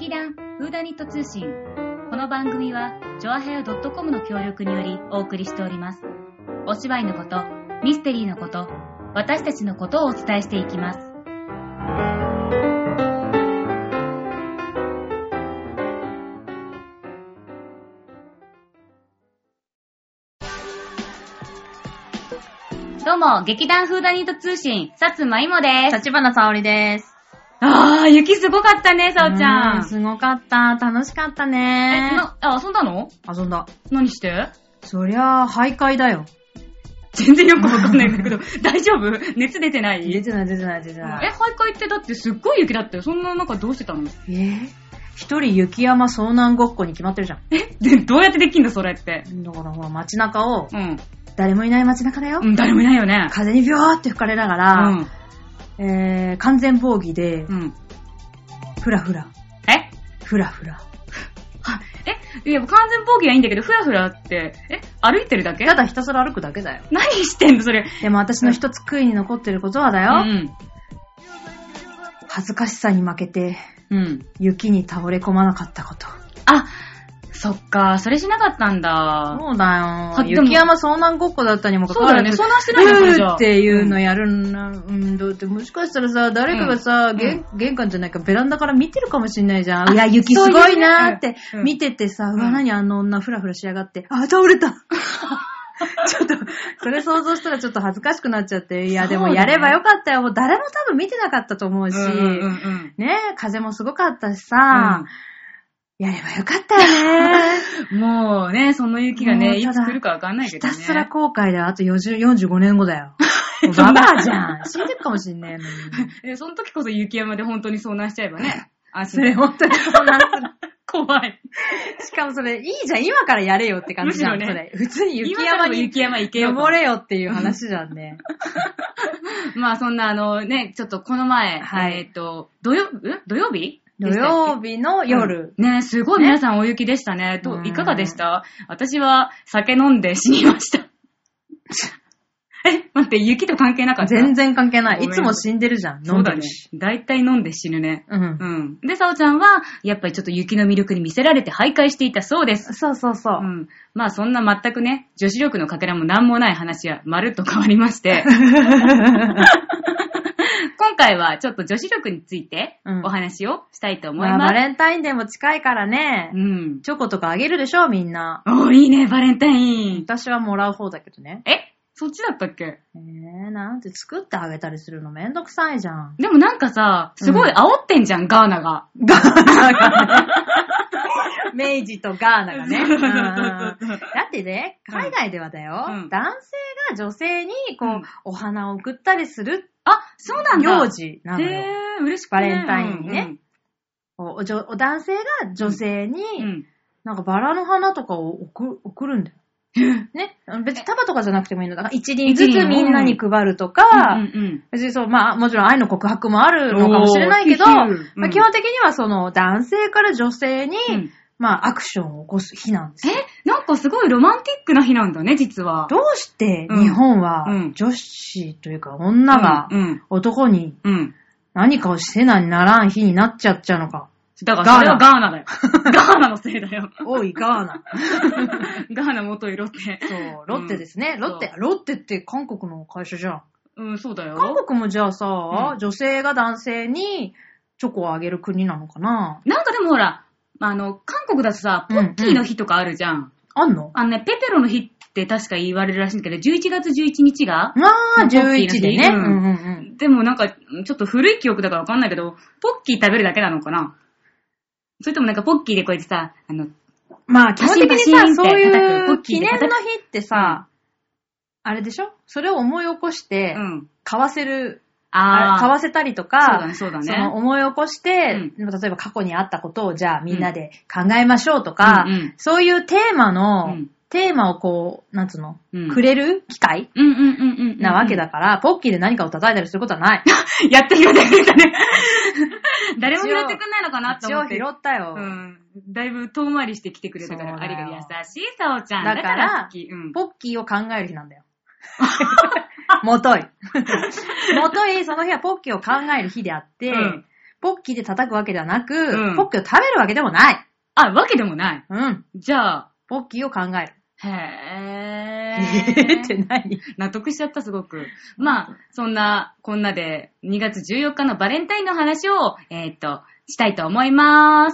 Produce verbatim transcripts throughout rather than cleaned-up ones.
劇団フーダニット通信。この番組はチョアヘオ .com の協力によりお送りしております。お芝居のこと、ミステリーのこと、私たちのことをお伝えしていきます。どうも、劇団フーダニット通信、さつまいもです。 立花沙織です。 あー、雪すごかったね、さおちゃん。 うん、すごかった。楽しかったね。 え、な、あ、遊んだの？ 遊んだ。 何して？ そりゃあ、徘徊だよ。 全然よくわかんないんだけど、大丈夫？熱出てない？ 出てない出てない出てない。 え、徘徊ってだってすっごい雪だったよ。そんな中どうしてたの？ えー、一人雪山遭難ごっこに決まってるじゃん。 え、で、どうやってできんのそれって。 だからほら、街中を、 うん。 誰もいない街中だよ。 うん、誰もいないよね。 風にビョーって吹かれながら、うん、えー、完全防御で、うん。ふらふら。 えふらふら。 えいや、完全防御はいいんだけど、ふらふらって、え歩いてるだけ？ ただひたすら歩くだけだよ。 何してんのそれ。 でも私の一つ悔いに残ってることはだよ。うん。恥ずかしさに負けて、うん。雪に倒れ込まなかったこと。 あ、そっか、それしなかったんだ。 そうだよ。雪山遭難ごっこだったにもかかわらず。 そうだよね、遭難してないのそれじゃあ。っていうのやるんだ。うん、だってもしかしたらさ、誰かがさ、うん、玄, 玄関じゃないか、ベランダから見てるかもしんないじゃん。いや、雪すごいなーって見ててさ、う, うわ、何あの女フラフラしやがって。あ、倒れた。ちょっと、それ想像したらちょっと恥ずかしくなっちゃって。いや、でもやればよかったよ。もう誰も多分見てなかったと思うし。うんうんうん、ね、風もすごかったしさ。うんやればよかったよね。もうね、その雪がね、いつ来るかわかんないけどね。 ひたすら後悔であとよんじゅう、よんじゅうごねんごだよ。ババアじゃん。死んでるかもしんねえのに。 え、その時こそ雪山で本当に遭難しちゃえばね。 安心。それ本当に遭難する。 怖い。 しかもそれ、いいじゃん。今からやれよって感じじゃん。むしろね。それ普通に雪山に雪山行けよ。 登れよっていう話じゃんね。 まあそんなあのね、ちょっとこの前、はい、えっと、土曜、土曜日土曜日の夜。 うん、ねすごい皆さん大雪でしたね。どういかがでした？私は酒飲んで死にました。え、待って、雪と関係なかった？ 全然関係ない。いつも死んでるじゃん。飲んでるし。 そうだね。だいたい飲んで死ぬね。うん。うん。で、さおちゃんは、やっぱりちょっと雪の魅力に見せられて徘徊していたそうです。 そうそうそう。うん。まあそんな全くね、女子力のかけらもなんもない話はまるっと変わりまして。今回はちょっと女子力についてお話をしたいと思います。 まあ、バレンタインデーも近いからね。うん。チョコとかあげるでしょ、みんな。 おー、いいね、バレンタイン。 私はもらう方だけどね。 えそっちだったっけ？ えー、なんて作ってあげたりするのめんどくさいじゃん。 でもなんかさ、すごい煽ってんじゃん、うん、ガーナが。 ガーナがね。明治とガーナがね。うん、だってね、海外ではだよ、うん、男性が女性にこう、うん、お花を送ったりする。 あ、そうなんだ。 行事なのよ。 へー、嬉しくバレンタインにね。うんうん、お, お, お男性が女性に、うん、なんかバラの花とかを 送, 送るんだよ。ね。別に束とかじゃなくてもいいのだから、一輪ずつみんなに配るとか、うんうん、別にそう、まあもちろん愛の告白もあるのかもしれないけど、うんまあ、基本的にはその男性から女性に、うん、まあアクションを起こす日なんですよ。 え、なんかすごいロマンティックな日なんだね、実は。 どうして日本は女子というか女が男に何かをせなにならん日になっちゃっちゃうのか。 だからそれはガーナだよ。ガーナのせいだよ。 おい、ガーナ。 ガーナ元いロッテ。 そう、ロッテですね。うん、ロッテ、ロッテって韓国の会社じゃん。 うん、そうだよ。 韓国もじゃあさ、うん、女性が男性にチョコをあげる国なのかな？ なんかでもほら、あの、韓国だとさ、ポッキーの日とかあるじゃん。うんうん、 あんの？ あのね、ペペロの日って確か言われるらしいんだけど、じゅういちがつじゅういちにちがああ、じゅういちでね、うんうんうん。 でもなんか、ちょっと古い記憶だからわかんないけど、ポッキー食べるだけなのかな？それともなんかポッキーでこうやってさ、あの、 まあ基本的にさ、そういう記念の日ってさ、うん、あれでしょ？それを思い起こして、うん、買わせる、あ買わせたりとか、 そうだね、そうだね。 その思い起こして、うん、例えば過去にあったことをじゃあみんなで考えましょうとか、うんうん、そういうテーマの、うんテーマをこう、なんつうの、うん、くれる機会なわけだから、ポッキーで何かを叩いたりすることはない。 やってくれてくれたね。誰も拾ってくんないのかなって思って。 一応拾ったよ。 うん。だいぶ遠回りしてきてくれたから、ありが優しい、さおちゃん。 だから、だからポッキー、うん、ポッキーを考える日なんだよ。もとい。もとい、その日はポッキーを考える日であって、うん、 ポッキーで叩くわけではなく、 うん、 ポッキーを食べるわけでもない。 あ、わけでもない。 うん。 じゃあ、 ポッキーを考える。 へえーって何？ 納得しちゃったすごく。まあ、そんな、こんなでにがつじゅうよっかのバレンタインの話を、えー、っと、したいと思います。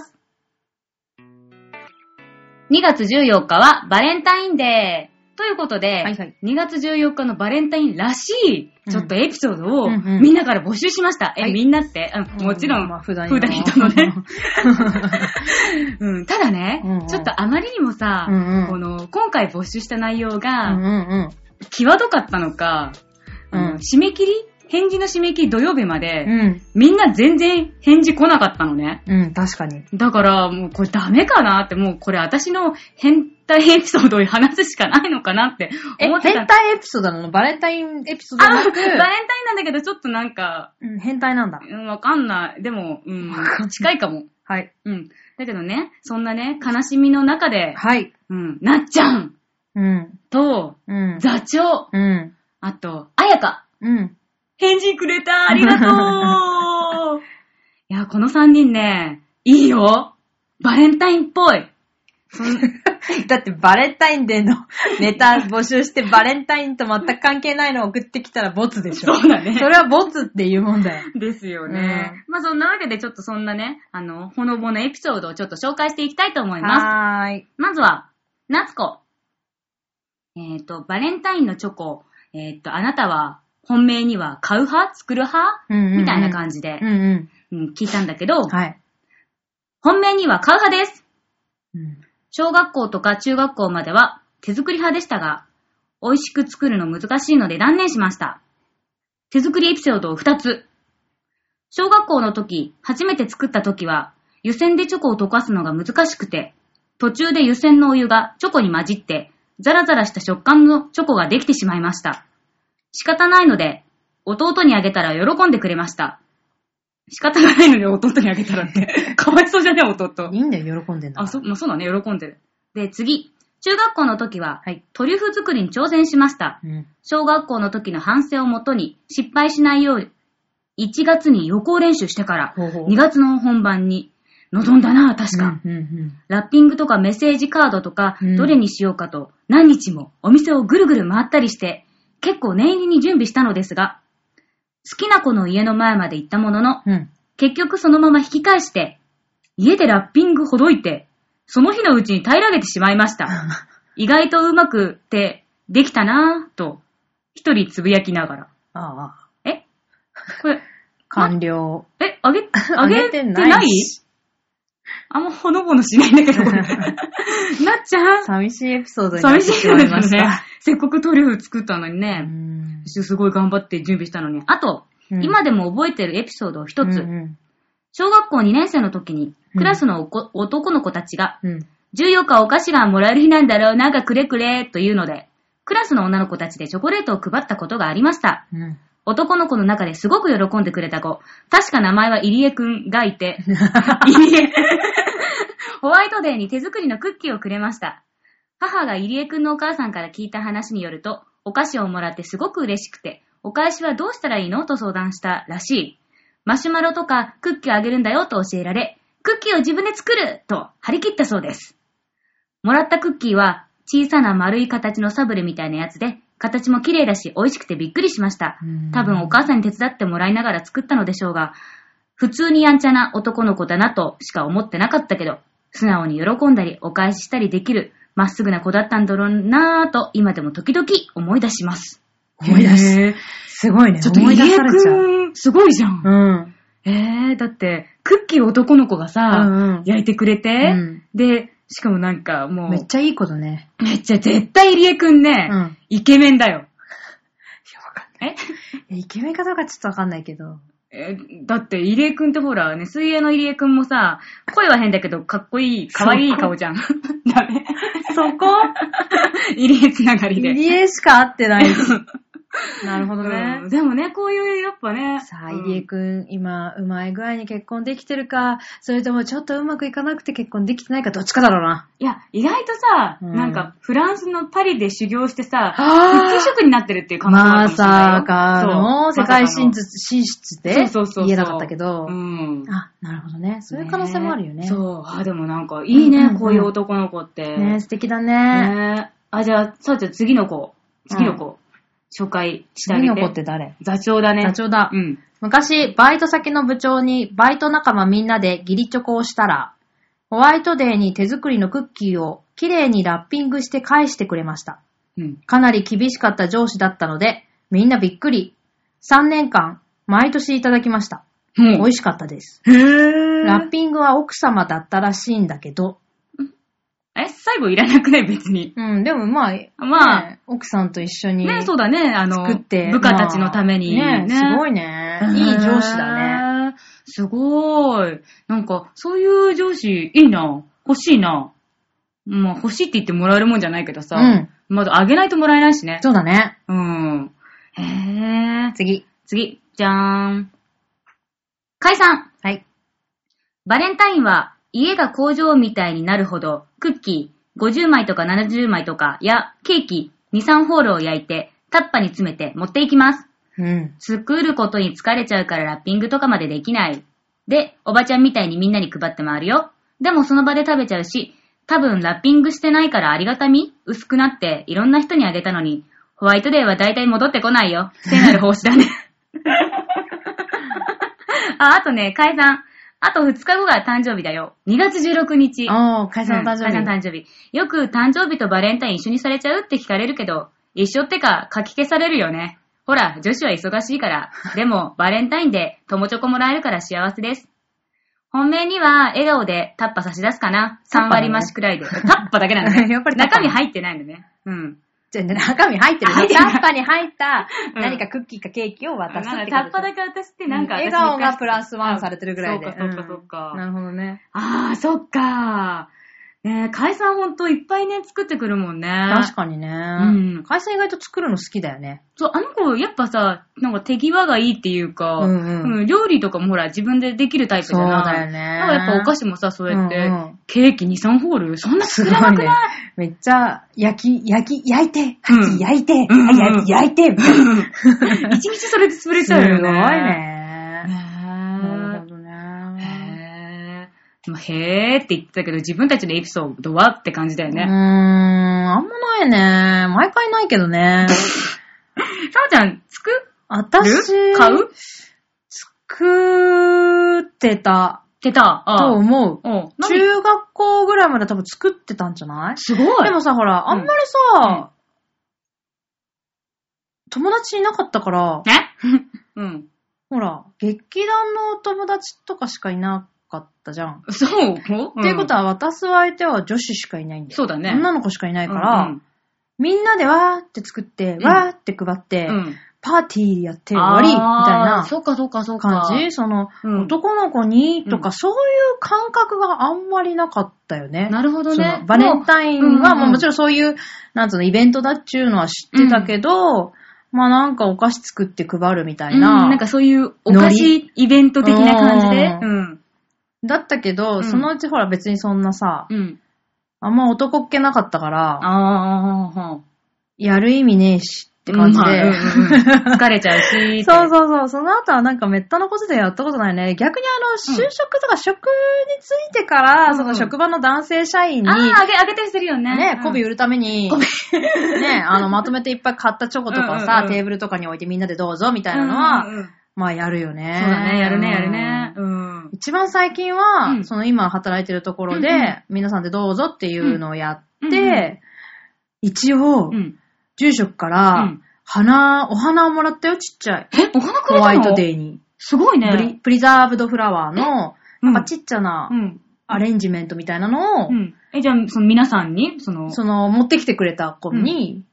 にがつじゅうよっかはバレンタインデー。ということで、はいはい、にがつじゅうよっかのバレンタインらしい、ちょっとエピソードをみんなから募集しました。うんうん、え、はい、みんなって、うん、もちろん、まあ、普段人のね、うん。ただね、うんうん、ちょっとあまりにもさ、うんうん、この今回募集した内容が、うんうんうん、際どかったのか、うん、締め切り返事の締め切り土曜日まで、うん、みんな全然返事来なかったのね。 うん、確かに。 だから、もうこれダメかなって、もうこれ私の変態エピソードを話すしかないのかなって思ってた。 え、変態エピソードなの？バレンタインエピソードなの？バレンタインなんだけど、ちょっとなんか、 うん、変態なんだ。 うん、わかんない。でも、うん、近いかも。 はい。 うん。だけどね、そんなね、悲しみの中で、 はい。 うん、なっちゃん、 うん、 と、うん、座長、 うん、 あと、あやか、 うん。 返事くれた、ありがとう。いや、このさんにんね、いいよ。バレンタインっぽい。 だってバレンタインデーのネタ募集してバレンタインと全く関係ないのを送ってきたらボツでしょ。 そうだね。 それはボツっていうもんだよ。 ですよね。うん、まあそんなわけでちょっとそんなね、あの、ほのぼのエピソードをちょっと紹介していきたいと思います。 はーい。 まずは、夏子。えっと、バレンタインのチョコ、えっと、あなたは本命には買う派？作る派？うんうんうん、みたいな感じで、 うんうんうん、聞いたんだけど、 はい。 本命には買う派です。 うん小学校とか中学校までは手作り派でしたが、美味しく作るの難しいので断念しました。手作りエピソードをふたつ。小学校の時、初めて作った時は、湯煎でチョコを溶かすのが難しくて、途中で湯煎のお湯がチョコに混じって、ザラザラした食感のチョコができてしまいました。仕方ないので、弟にあげたら喜んでくれました。仕方がないのに弟にあげたらって。かわいそうじゃね、弟。 いいんだよ、喜んでんだ。 あ、そ、まあ、そうだね、喜んでる。で、次。中学校の時は、はい、トリュフ作りに挑戦しました。うん、小学校の時の反省をもとに、失敗しないよう、いちがつに予行練習してから、ほうほうにがつの本番に臨んだな、確か、 うんうんうん。 ラッピングとかメッセージカードとか、うん、どれにしようかと、何日もお店をぐるぐる回ったりして、結構念入りに準備したのですが、好きな子の家の前まで行ったものの、うん、結局そのまま引き返して、家でラッピングほどいて、その日のうちに平らげてしまいました。意外とうまくてできたなぁと、一人つぶやきながら。 ああ。 えこれ、 完了。 えあげ、あげてないあんまほのぼのしないんだけど、これ。なっちゃん寂しいエピソードになってしまいました。寂しいね。 せっかくトリュフ作ったのにね。すごい頑張って準備したのに。あと、うん、今でも覚えてるエピソードを一つ。うんうん、小学校にねん生の時に、クラスのおこ、うん、男の子たちが、うん、じゅうよっかお菓子がもらえる日なんだろう、なんかくれくれ、というので、クラスの女の子たちでチョコレートを配ったことがありました。うん、男の子の中ですごく喜んでくれた子。確か名前は入江くんがいて、入江。ホワイトデーに手作りのクッキーをくれました。母が入江くんのお母さんから聞いた話によると、お菓子をもらってすごく嬉しくて、お返しはどうしたらいいのと相談したらしい。マシュマロとかクッキーをあげるんだよと教えられ、クッキーを自分で作ると張り切ったそうです。もらったクッキーは小さな丸い形のサブレみたいなやつで、形も綺麗だし美味しくてびっくりしました。多分お母さんに手伝ってもらいながら作ったのでしょうが、普通にやんちゃな男の子だなとしか思ってなかったけど、素直に喜んだりお返ししたりできるまっすぐな子だったんだろうなぁと今でも時々思い出します。 思い出す。すごいね。 ちょっと思い出されちゃう。すごいじゃん。 うん。 えー、だって、クッキー男の子がさ、うんうん、焼いてくれて、うん、で、しかもなんかもう。 めっちゃいいことね。 めっちゃ絶対入江くんね、うん、イケメンだよ。いや、わかんない。えイケメンかどうかちょっとわかんないけど。 えだって入江くんってほらね、水泳の入江くんもさ、声は変だけどかっこいい、かわいい顔じゃん。だね。 そこ入江つながりで。 入江しか会ってない。 なるほどね、 うん。でもね、こういう、やっぱね。 さあ、入江くん、今、うまい具合に結婚できてるか、それともちょっとうまくいかなくて結婚できてないか、どっちかだろうな。 いや、意外とさ、 うん、 なんか、フランスのパリで修行してさ、クッッキー職になってるっていう可能性もあるかもしれないよ。 まさかの世界進出、進出で言えなかったけど、 うん、 あ、なるほどね。そういう可能性もあるよね。ねそう。あ、でもなんか、いいね、うんうんうん、こういう男の子って。 ね、素敵だね。 ね。あ、じゃあ、さあ、じゃあ次の子。次の子。うん紹介してあげて。 次の子って誰？ 座長だね。 座長だ。 うん。 昔、バイト先の部長にバイト仲間みんなで義理チョコをしたら、ホワイトデーに手作りのクッキーをきれいにラッピングして返してくれました。うん。かなり厳しかった上司だったので、みんなびっくり。さんねんかん、毎年いただきました。うん。美味しかったです。へー。ラッピングは奥様だったらしいんだけど、 え、最後いらなくない別に。 うん、でもまあ、まあ、ね、奥さんと一緒に。 ね、そうだね、あの、 作って。 部下たちのために。 まあ、ね、ね、すごいね。いい上司だね。 すごい。なんか、そういう上司、いいな。欲しいな。まあ、欲しいって言ってもらえるもんじゃないけどさ。うん。まだあげないともらえないしね。 そうだね。 うん。へー。 次。 次。じゃーん。解散。 はい。 バレンタインは、家が工場みたいになるほど、クッキーごじゅうまいとかななじゅうまいとかやケーキに、さんホールを焼いてタッパに詰めて持っていきます。うん。作ることに疲れちゃうからラッピングとかまでできない。で、おばちゃんみたいにみんなに配って回るよ。でもその場で食べちゃうし、多分ラッピングしてないからありがたみ薄くなっていろんな人にあげたのに、ホワイトデーはだいたい戻ってこないよ。聖なる奉仕だね。あ、あとね、解散。あとふつかごが誕生日だよ。にがつじゅうろくにち。 おー、解散の誕生日。 解散の誕生日。よく誕生日とバレンタイン一緒にされちゃうって聞かれるけど、一緒ってか書き消されるよね。ほら、女子は忙しいから。でも、バレンタインで友チョコもらえるから幸せです。本命には笑顔でタッパ差し出すかな。さんわり増しくらいで。タッパだけなんだね。やっぱり中身入ってないのね。うん。 じゃあ、中身入ってる。タッパに入った何かクッキーかケーキを渡すってこと。 タッパだけ渡してなんか、 うん、笑顔がプラスワンされてるぐらいで。 そうかそうかそうか。 うん、なるほどね。 ああ、そっか。ねえ、解散ほんといっぱいね、作ってくるもんね。 確かにね。うん。解散意外と作るの好きだよね。 そう、あの子、やっぱさ、なんか手際がいいっていうか、うんうん、うん、料理とかもほら、自分でできるタイプじゃない。 そうだよね。 なんかやっぱお菓子もさ、そうやって、うんうん、ケーキに、さんホールそんな作れなくない？ね、 めっちゃ、焼き、焼き、焼いて、うん、焼いて、うんうん、焼いて、みたいな。 一日それで潰れちゃうよね。 すごいね。 へーって言ってたけど、自分たちのエピソードはって感じだよね。 うーん、あんまないね。毎回ないけどね。 さおちゃん、作る？ 私、 買う？ 作ってた。 てた。 ああと思う。中学校ぐらいまで多分作ってたんじゃない？ すごい。 でもさ、ほら、あんまりさ、うん、友達いなかったから。 えうん。 ほら、劇団の友達とかしかいなかったじゃん。 そう、うん、 っていうことは、渡す相手は女子しかいないんだよ。 そうだね。 女の子しかいないから、うんうん、みんなでわーって作って、うん、わーって配って、うん、パーティーやって終わりみたいなそうかそうかそうか感じ。その、うん、男の子にとか、うん、そういう感覚があんまりなかったよね。 なるほどね。 バレンタインはもうもちろんそういう、なんつうの、イベントだっちゅうのは知ってたけど、うんまあなんかお菓子作って配るみたいな。 うん、なんかそういうお菓子イベント的な感じで。うん。 だったけど、うん、そのうちほら別にそんなさ、うん、あんま男っ気なかったから、ああ、やる意味ねえしって感じで。うんまあうんうん、 疲れちゃうし。 そうそうそう。その後はなんかめったなことでやったことないね。逆にあの、就職とか職についてから、うん、その職場の男性社員に。ああ、あげ、あげたりするよね。 ね、媚び売るために。媚び。ね、あの、まとめていっぱい買ったチョコとかさ、うんうんうん、テーブルとかに置いてみんなでどうぞみたいなのは、うんうんうん、まあやるよね。 そうだね、やるね、やるね。うん、 一番最近は、うん、その今働いてるところで、うんうん、皆さんでどうぞっていうのをやって、うんうんうん、一応、うん、住職から、うん花、お花をもらったよ、ちっちゃい。 え、お花くれたの？ ホワイトデーに。 すごいね。 プリ、プリザーブドフラワーの、なんかちっちゃな、アレンジメントみたいなのを、うん、 え、じゃあ、その皆さんに、その、 その、持ってきてくれた子に、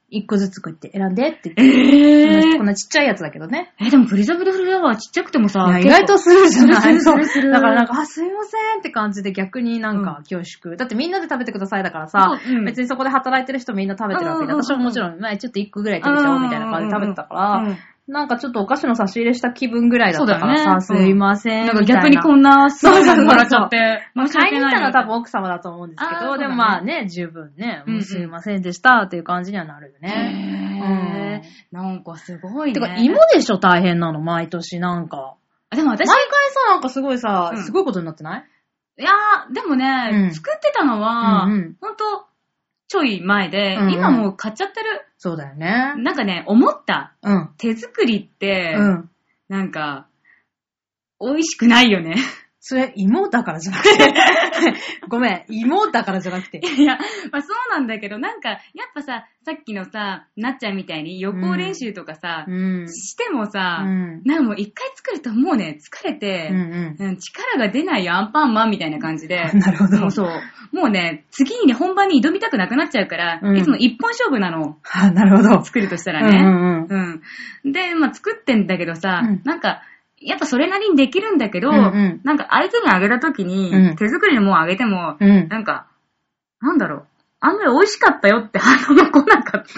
一個ずつこうやって選んでって言って。 えー、 こんなちっちゃいやつだけどね。 え、でもプリザブドフラワーちっちゃくてもさ、 意外とするじゃない。 するする。 だからなんか、あ、すいませんって感じで逆になんか恐縮。うん、だってみんなで食べてくださいだからさ、うん、別にそこで働いてる人みんな食べてるわけで、私ももちろん、まあちょっと一個ぐらい食べちゃおうみたいな感じで食べてたから、うんなんかちょっとお菓子の差し入れした気分ぐらいだったからさ、ね、すいません、うん。なんか逆にこんなすごいのもらっちゃって。 まあ買いに行ったのは多分奥様だと思うんですけど、ね、でもまあね、十分ね、もうすいませんでしたっていう感じにはなるよね。へー、うん、なんかすごいね。 てか芋でしょ大変なの、毎年なんか。 でも私毎回さ、なんかすごいさ、うん、すごいことになってない？ いやー、でもね、うん、作ってたのは、うんうん、ほんと、ちょい前で、うんうん、今もう買っちゃってる。 そうだよね。 なんかね、思った。 うん。 手作りって、うん。なんか、美味しくないよね。 それ、芋だからじゃなくて。ごめん、芋だからじゃなくて。 いや、まあそうなんだけど、なんか、やっぱさ、さっきのさ、なっちゃんみたいに予行練習とかさ、うん、してもさ、うん、なんかもう一回作るともうね、疲れて、うんうん、力が出ないアンパンマンみたいな感じで。 なるほど。 もうそう。もうね、次にね、本番に挑みたくなくなっちゃうから、うん、いつも一本勝負なの。 はなるほど。 作るとしたらね。うんうんうんうん、で、まあ作ってんだけどさ、うん、なんか、やっぱそれなりにできるんだけど、うんうん、なんか相手にあげたときに、うん、手作りのものあげても、うん、なんか、なんだろう、あんまり美味しかったよって反応が来なかった。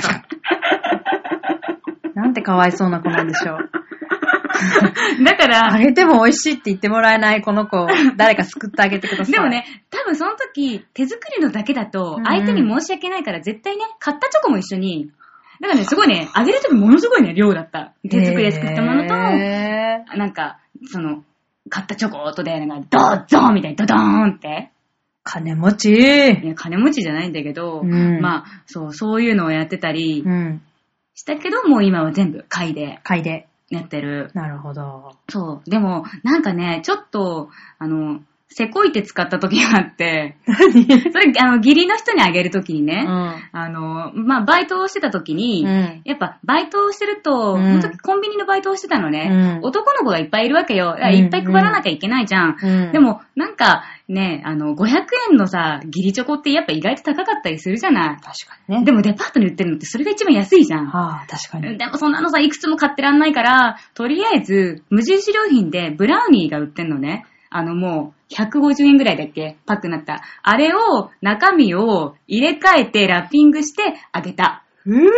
なんてかわいそうな子なんでしょう。 だから、 あげても美味しいって言ってもらえないこの子、誰か救ってあげてください。 でもね、多分その時、手作りのだけだと、相手に申し訳ないから、絶対ね、買ったチョコも一緒に、だからね、すごいね、あげるときものすごいね、量だった。手作りで作ったものと、なんか、その、買ったチョコとで、なんか、ドーゾーンみたいにドドーンって。 金持ち。 いや、金持ちじゃないんだけど、うん、まあ、そう、そういうのをやってたり、したけど、もう今は全部買いで。 買いで。 やってる。 なるほど。 そう。でも、なんかね、ちょっと、あの、せこいて使った時があって、 何それ、あの、義理の人にあげる時にね、うん、あの、まあ、バイトをしてた時に、うん、やっぱ、バイトをしてると、うん、その時コンビニのバイトをしてたのね、うん、男の子がいっぱいいるわけよ。いっぱい配らなきゃいけないじゃん。うん、でも、なんか、ね、あの、ごひゃくえんのさ、義理チョコってやっぱ意外と高かったりするじゃない。 確かにね。 でもデパートに売ってるのってそれが一番安いじゃん。 はあ、確かに。 でもそんなのさ、いくつも買ってらんないから、とりあえず、無印良品でブラウニーが売ってんのね。あのもう、ひゃくごじゅうえんぐらいだっけパックになった。あれを、中身を入れ替えてラッピングしてあげた。 うー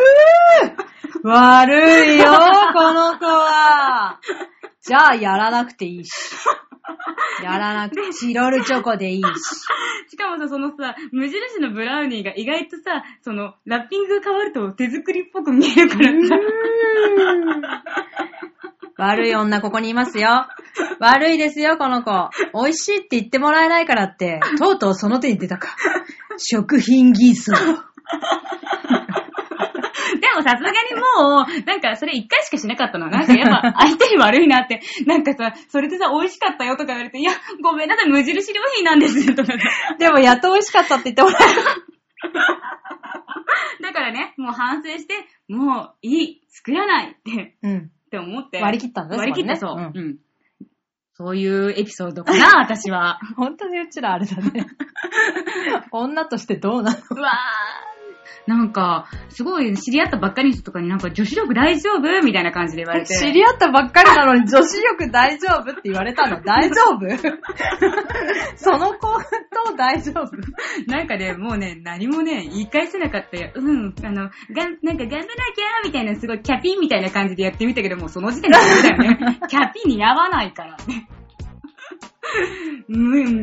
悪いよ、この子は。じゃあ、やらなくていいし。やらなくて、チロルチョコでいいし。 しかもさ、そのさ、無印のブラウニーが意外とさ、その、ラッピングが変わると手作りっぽく見えるからさ。 悪い女ここにいますよ。悪いですよ、この子。美味しいって言ってもらえないからって、とうとうその手に出たか。食品偽装。 でもさすがにもう、なんかそれ一回しかしなかったの。なんかやっぱ相手に悪いなって、なんかさ、それでさ、美味しかったよとか言われて、いや、ごめんなさい、無印良品なんですよとか。 でもやっと美味しかったって言ってもらえる。 だからね、もう反省して、もういい、作らないって、 うん、 って思って。 割り切ったんだね。 割り切った、そう、うん。うん。そういうエピソードかな、私は。 本当にうちらあれだね。女としてどうなの？ うわー。なんか、すごい知り合ったばっかりの人とかになんか女子力大丈夫みたいな感じで言われて。 知り合ったばっかりなのに女子力大丈夫って言われたの大丈夫その子と大丈夫なんかね、もうね、何もね、言い返せなかったよ。うん、あの、がん、なんか頑張らなきゃみたいなすごいキャピンみたいな感じでやってみたけども、その時点でダメだよね。キャピンに合わないからね。うん、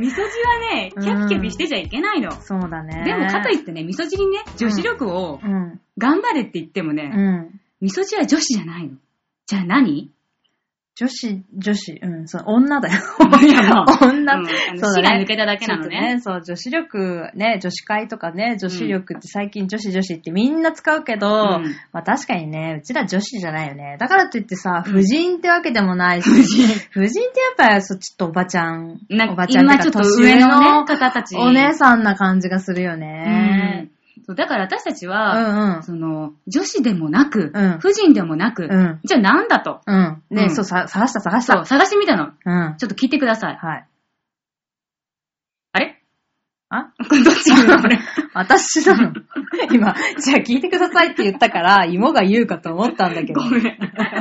味噌汁はね、キャピキャピしてちゃいけないの。 うん、そうだね。 でもかといってね、味噌汁にね、女子力を頑張れって言ってもね、うん、味噌汁は女子じゃないの。じゃあ何？ 女子、女子、うん、そう、女だよ。 いやもう女、 うん、そうだね。死が抜けただけなのね。 ね、そう、女子力、ね、女子会とかね、女子力って最近女子女子ってみんな使うけど、うん、まあ確かにね、うちら女子じゃないよね。だからといってさ、婦人ってわけでもないし、婦人、婦人ってやっぱりそっちとおばちゃん、 おばちゃんってちょっと上のね、方たち。 お姉さんな感じがするよね。 うんだから私たちは、 うんうん、 その、女子でもなく、 うん、 婦人でもなく、 うん、 じゃあなんだと。 うん。ね、うん、そう、さ、探した探した。 そう、探してみたの。 うん。 ちょっと聞いてください。 はい。 あれあこれどっちなのこれ。 私なの今、じゃあ聞いてくださいって言ったから、芋が言うかと思ったんだけど。 ごめん。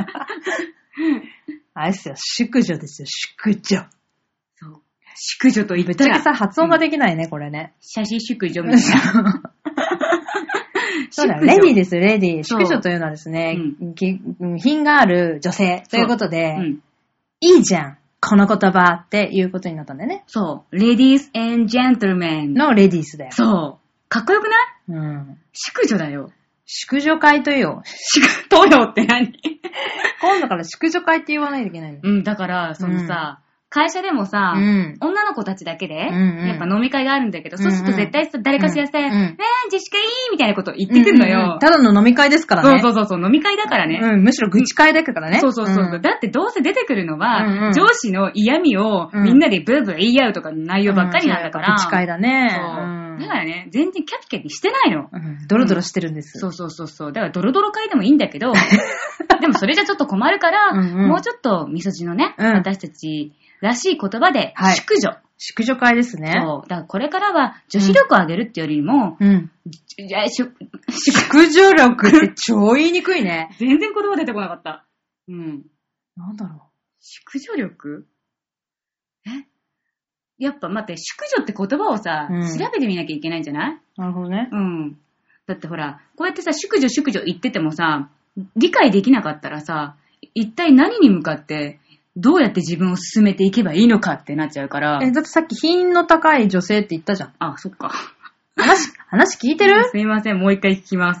あれっすよ、淑女ですよ、淑女。 そう。淑女と言ぶったら。 っちゃけさ、発音ができないね、うん、これね。 写真淑女みたいな。 そうだよ、レディーですよ、レディー。淑女というのはですね、うん、品がある女性ということで、うん、いいじゃん、この言葉っていうことになったんだよね。 そう。Ladies and Gentlemen のレディースだよ。 そう。かっこよくない？ うん。 淑女だよ。 淑女会とよ。 とよって何？ 今度から淑女会って言わないといけないの。 うん、だから、そのさ、うん、会社でもさ、うん、女の子たちだけで、うんうん、やっぱ飲み会があるんだけど、うんうん、そうすると絶対誰かしらさ、うんうん、えー、ジェシカいいみたいなこと言ってくるのよ、うんうん。ただの飲み会ですからね。 そうそうそう、飲み会だからね。 うん、むしろ愚痴会だからね。 そうそうそう、うん。だってどうせ出てくるのは、うんうん、上司の嫌味をみんなでブーブー言い合うとかの内容ばっかりなんだから。 うん、愚痴会だね。 そう。うん、だからね、全然キャピキャピしてないの。 うん、ドロドロしてるんです、 うん。そうそうそうそう。だからドロドロ会でもいいんだけど、でもそれじゃちょっと困るから、うんうん、もうちょっとみそじのね、うん、私たち、らしい言葉で、はい、淑女。 淑女会ですね。 そう。だからこれからは女子力を上げるってよりも、うん。いや、しゅ、 淑女力って超言いにくいね。 全然言葉出てこなかった。うん。 なんだろう。 淑女力？え？やっぱ待って、淑女って言葉をさ、うん、調べてみなきゃいけないんじゃない？ なるほどね。 うん。だってほら、こうやってさ、淑女淑女言っててもさ、理解できなかったらさ、一体何に向かって、どうやって自分を進めていけばいいのかってなっちゃうから。 え、だってさっき品の高い女性って言ったじゃん。 あ、そっか。 話、話聞いてる？ すいません、もう一回聞きます。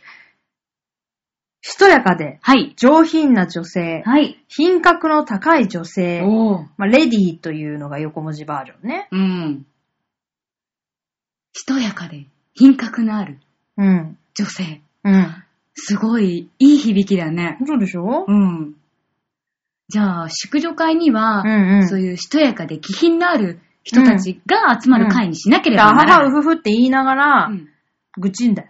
しとやかで、 はい。 上品な女性、 はい。 品格の高い女性、 おー。 まあ、レディーというのが横文字バージョンね。 うん。しとやかで、品格のある、 うん。 女性。 うん。 すごい、いい響きだね。 そうでしょ？ うん。じゃあ、淑女会には、うんうん、そういうしとやかで気品のある人たちが集まる会にしなければならない。 あははうふふって言いながら、うん、愚痴んだよ。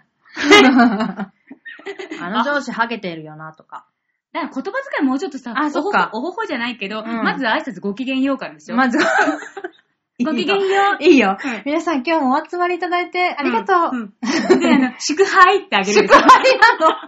あの上司ハゲてるよなとか。 だから言葉遣いもうちょっとさ、 あ、そっか。 おほほじゃないけど、うん、まず挨拶ごきげんようからでしょ。 まず、 ごきげんよう。 いいよ。うん、皆さん今日もお集まりいただいてありがとう。うんうん、で、あの、祝杯ってあげる。 祝杯なの。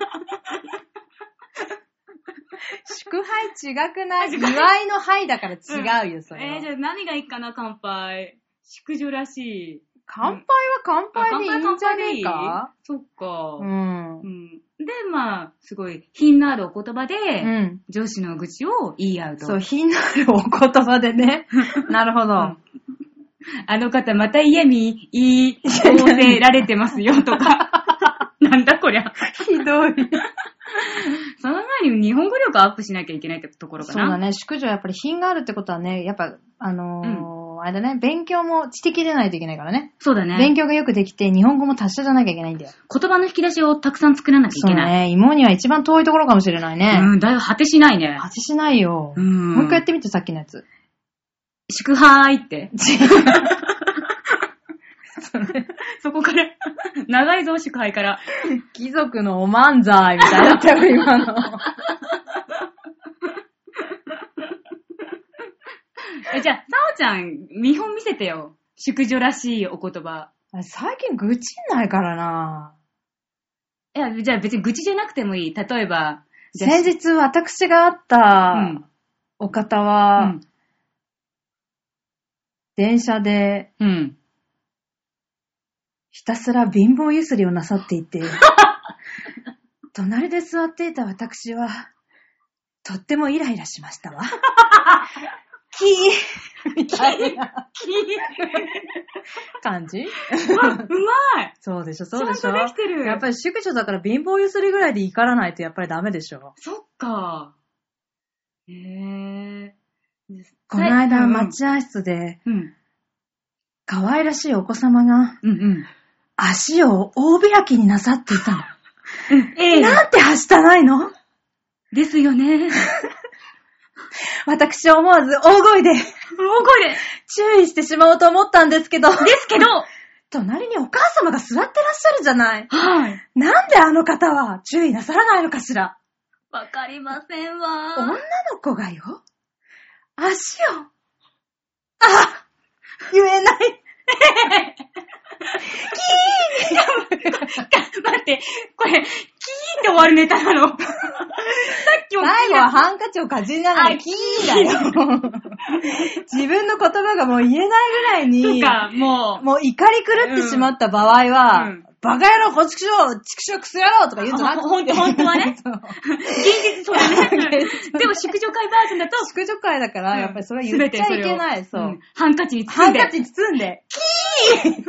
祝杯違くない？祝いの杯だから違うよ、それは。 えー、じゃあ何がいいかな、乾杯。祝女らしい。 乾杯は乾杯でいいんじゃねえか？ そっか。 うん。うん。 で、まあ、すごい品のあるお言葉で、うん、上司の愚痴を言い合うと。 そう、品のあるお言葉でね。なるほど。うん、 あの方また嫌味言い、仰せられてますよとか。なんだこりゃ。 ひどい。 その前に日本語力アップしなきゃいけないってところかな。 そうだね。淑女はやっぱり品があるってことはね、やっぱ、あのーうん、あれだね、勉強も知的でないといけないからね。 そうだね。 勉強がよくできて、日本語も達者じゃなきゃいけないんだよ。 言葉の引き出しをたくさん作らなきゃいけない。 そうね。芋には一番遠いところかもしれないね。 うん、だいぶ果てしないね。 果てしないよ。うん。もう一回やってみて、さっきのやつ。 祝杯って。そこから、長いぞ、祝杯から。 貴族のお漫才みたいになったよ、今の。 え、じゃあ、さおちゃん、見本見せてよ。淑女らしいお言葉。 最近愚痴んないからな。 いや、じゃあ別に愚痴じゃなくてもいい。例えば、 先日私が会ったお方は、うん、電車で、うん、ひたすら貧乏ゆすりをなさっていて、隣で座っていた私は、とってもイライラしましたわ。キーみたいな。キー感じ？ うまい！ そうでしょ、そうでしょ。 ちゃんとできてる。 やっぱり淑女だから貧乏ゆすりぐらいで怒らないとやっぱりダメでしょ。 そっか。へぇー。 この間、待合室で、うん、可愛らしいお子様が、うんうん、足を大開きになさっていたの。えー、なんてはしたないの？ ですよね。 私は思わず大声で、大声で注意してしまおうと思ったんですけど、 ですけど、 隣にお母様が座ってらっしゃるじゃない。 はい。 なんであの方は注意なさらないのかしら。 わかりませんわ。 女の子がよ、足を、あ、言えない。 キー待って、これ、キーって終わるネタなの。さっきも最後はハンカチをかじりながらキーだよ。自分の言葉がもう言えないぐらいに、 とか、もう、 もう怒り狂ってしまった場合は、うんうんバカ野郎、こっちくしょう、ちくしょう、くす野郎とか言うんじゃなくて。 ほんと、ほんとはね。現実そうだね。でも、祝女会バージョンだと、 祝女会だから、やっぱりそれは言っちゃいけない。そう、うん。 ハンカチに包んで。 ハンカチに包んで。キー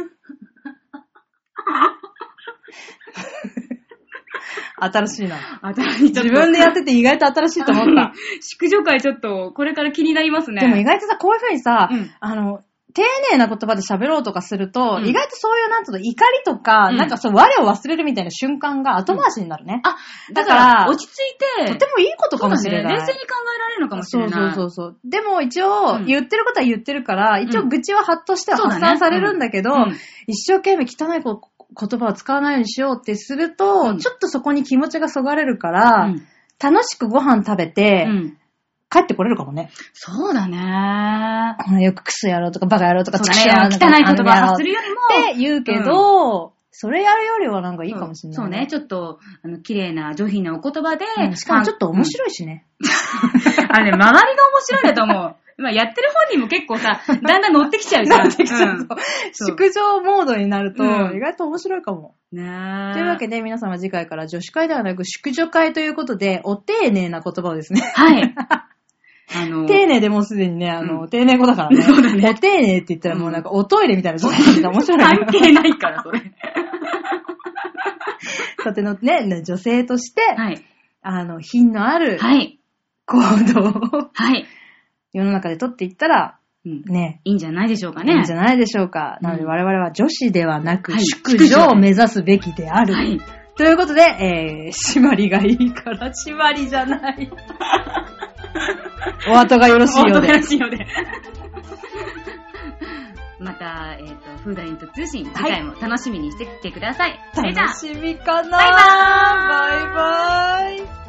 新しいな。 新しい。 自分でやってて意外と新しいと思った。 祝女会ちょっと、これから気になりますね。 でも意外とさ、こういう風にさ、うん、あの、丁寧な言葉で喋ろうとかすると、うん、意外とそういうなんつうの怒りとか、うん、なんかそう我を忘れるみたいな瞬間が後回しになるね。 うん、あ、だから落ち着いて、 とてもいいことかもしれない。 ね、冷静に考えられるのかもしれない。 そうそうそうそう。でも一応、うん、言ってることは言ってるから、一応愚痴はハッとしては発散されるんだけど、ねうん、一生懸命汚い言葉を使わないようにしようってすると、うん、ちょっとそこに気持ちがそがれるから、うん、楽しくご飯食べて、うん帰ってこれるかもね。 そうだね。 よくクソ野郎とかバカ野郎とかチクショーとか、ね、汚い言葉発するよりも。 って言うけど、うん、それやるよりはなんかいいかもしれない、ねそう。そうね。ちょっと、あの、綺麗な上品なお言葉で、 うん。しかもちょっと面白いしね。 うん、あれね、周りが面白いんだと思う。今やってる本人も結構さ、だんだん乗ってきちゃうじゃん。 乗ってきちゃう。うん、祝状モードになると、意外と面白いかも。 ねえ。というわけで皆様次回から女子会ではなく祝女会ということで、お丁寧な言葉をですね。 はい。あの丁寧でもうすでにね、あの、うん、丁寧語だからね。 そうだね。 お丁寧って言ったらもうなんかおトイレみたいな状態で面白い。 関係ないから、それ。 とてのね、女性として、 はい、 あの、品のある、 はい、 行動を、 はい、 世の中で取っていったら、 うん、ね、いいんじゃないでしょうかね。 いいんじゃないでしょうか。なので我々は女子ではなく、はい、淑女を目指すべきである。はい、ということで、えー、締まりがいいから、締まりじゃない。お後がよろしいようで。 お後がよろしいようで。また、えっ、ー、と、フーダニット通信、次回も楽しみにしてきてください。 はい、楽しみかな。 バイバーイ。 バイバーイ。